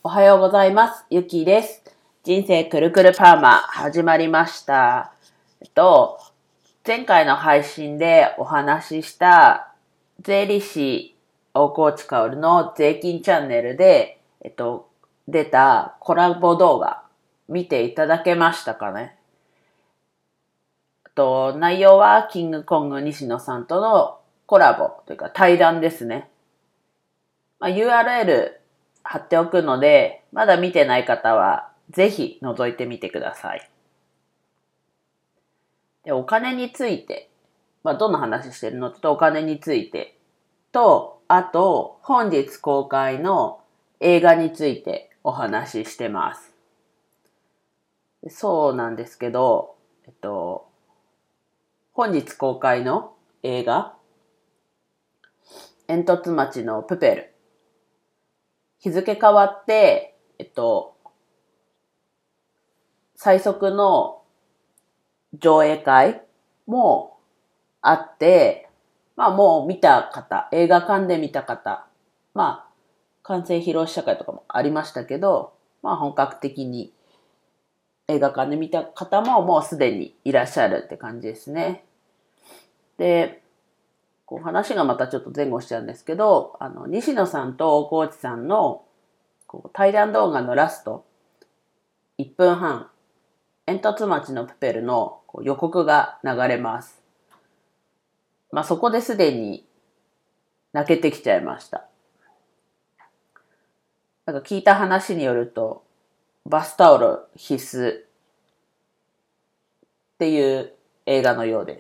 おはようございます。ゆきです。人生くるくるパーマ始まりました。前回の配信でお話しした税理士大河内薫の税金チャンネルで、出たコラボ動画見ていただけましたかね。内容はキングコング西野さんとのコラボというか対談ですね。URL 貼っておくので、まだ見てない方はぜひ覗いてみてください。で、お金について、どんな話してるのとお金についてと、あと本日公開の映画についてお話ししてます。そうなんですけど、本日公開の映画、煙突町のプペル。日付変わって、最速の上映会もあって、もう見た方、映画館で見た方、完成披露試写会とかもありましたけど、本格的に映画館で見た方ももうすでにいらっしゃるって感じですね。で、話がまたちょっと前後しちゃうんですけど、西野さんと大河内さんの対談動画のラスト、1分半、煙突町のプペルの予告が流れます。そこですでに泣けてきちゃいました。聞いた話によると、バスタオル必須っていう映画のようです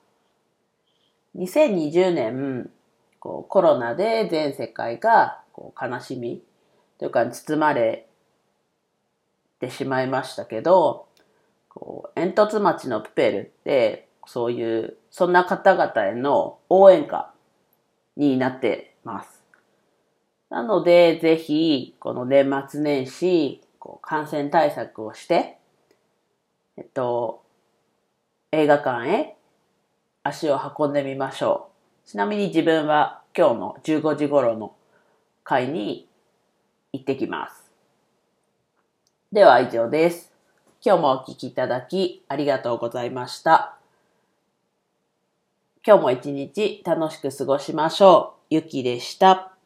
。2020年、コロナで全世界が悲しみというか包まれてしまいましたけど、煙突町のプペルってそんな方々への応援歌になってます。なのでぜひこの年末年始感染対策をして映画館へ足を運んでみましょう。ちなみに自分は今日の15時頃の会に行ってきます。では以上です。今日もお聞きいただきありがとうございました。今日も一日楽しく過ごしましょう。ゆきでした。